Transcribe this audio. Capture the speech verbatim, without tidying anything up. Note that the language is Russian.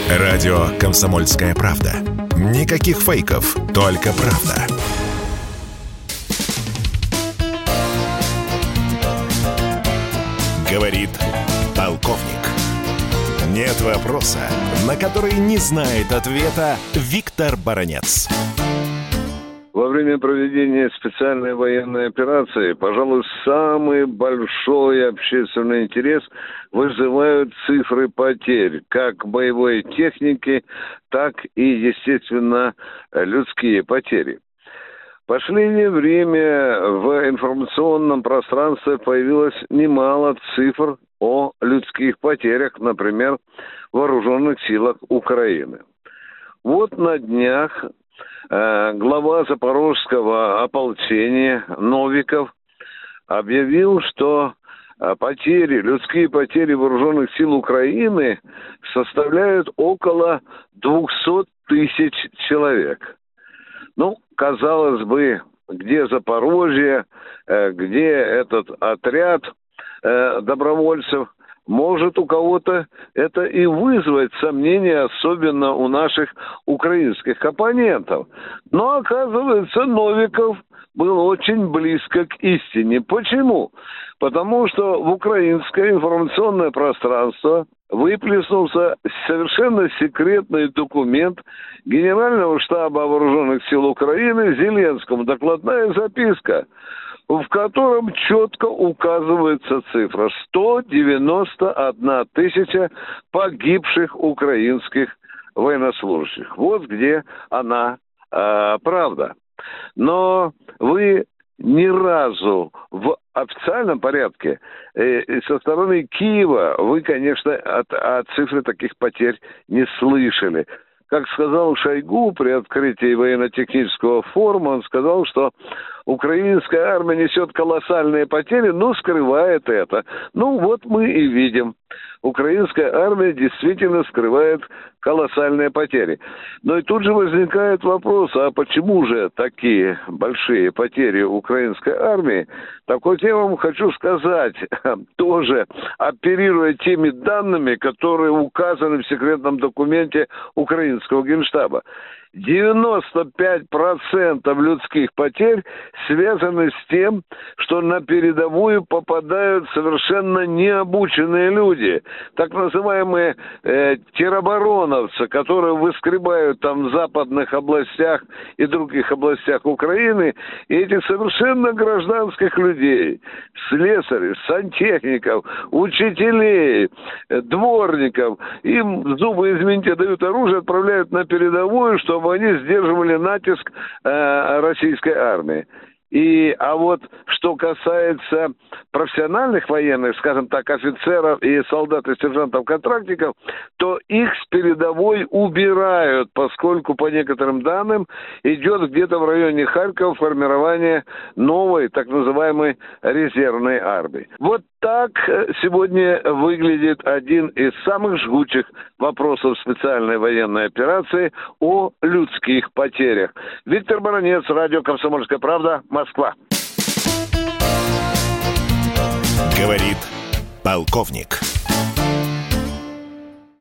Радио «Комсомольская правда». Никаких фейков, только правда. Говорит полковник. Нет вопроса, на который не знает ответа Виктор Баранец. Во время проведения специальной военной операции, пожалуй, самый большой общественный интерес вызывают цифры потерь, как боевой техники, так и, естественно, людские потери. В последнее время в информационном пространстве появилось немало цифр о людских потерях, например, в вооруженных силах Украины. Вот на днях глава Запорожского ополчения Новиков объявил, что потери, людские потери вооруженных сил Украины составляют около двести тысяч человек. Ну, казалось бы, где Запорожье, где этот отряд добровольцев? Может, у кого-то это и вызвать сомнения, особенно у наших украинских оппонентов. Но, оказывается, Новиков был очень близко к истине. Почему? Потому что в украинское информационное пространство выплеснулся совершенно секретный документ Генерального штаба вооруженных сил Украины Зеленскому, докладная записка, в котором четко указывается цифра сто девяносто одна тысяча погибших украинских военнослужащих. Вот где она, э, правда. Но вы ни разу в официальном порядке э, со стороны Киева вы, конечно, от, от цифры таких потерь не слышали. Как сказал Шойгу при открытии военно-технического форума, он сказал, что украинская армия несет колоссальные потери, но скрывает это. Ну, вот мы и видим. Украинская армия действительно скрывает колоссальные потери. Но и тут же возникает вопрос, а почему же такие большие потери украинской армии? Так вот я вам хочу сказать, тоже оперируя теми данными, которые указаны в секретном документе украинского генштаба. девяносто пять процентов людских потерь связаны с тем, что на передовую попадают совершенно необученные люди, так называемые э, теробороновцы, которые выскребают там в западных областях и других областях Украины, и этих совершенно гражданских людей, слесарей, сантехников, учителей, э, дворников, им зубы, извините, дают оружие, отправляют на передовую, что чтобы они сдерживали натиск э, российской армии. И, а вот что касается профессиональных военных, скажем так, офицеров и солдат и сержантов-контрактников, то их с передовой убирают, поскольку, по некоторым данным, идет где-то в районе Харькова формирование новой, так называемой, резервной армии. Вот так сегодня выглядит один из самых жгучих вопросов специальной военной операции о людских потерях. Виктор Баранец, радио «Комсомольская правда», Москва. Говорит полковник.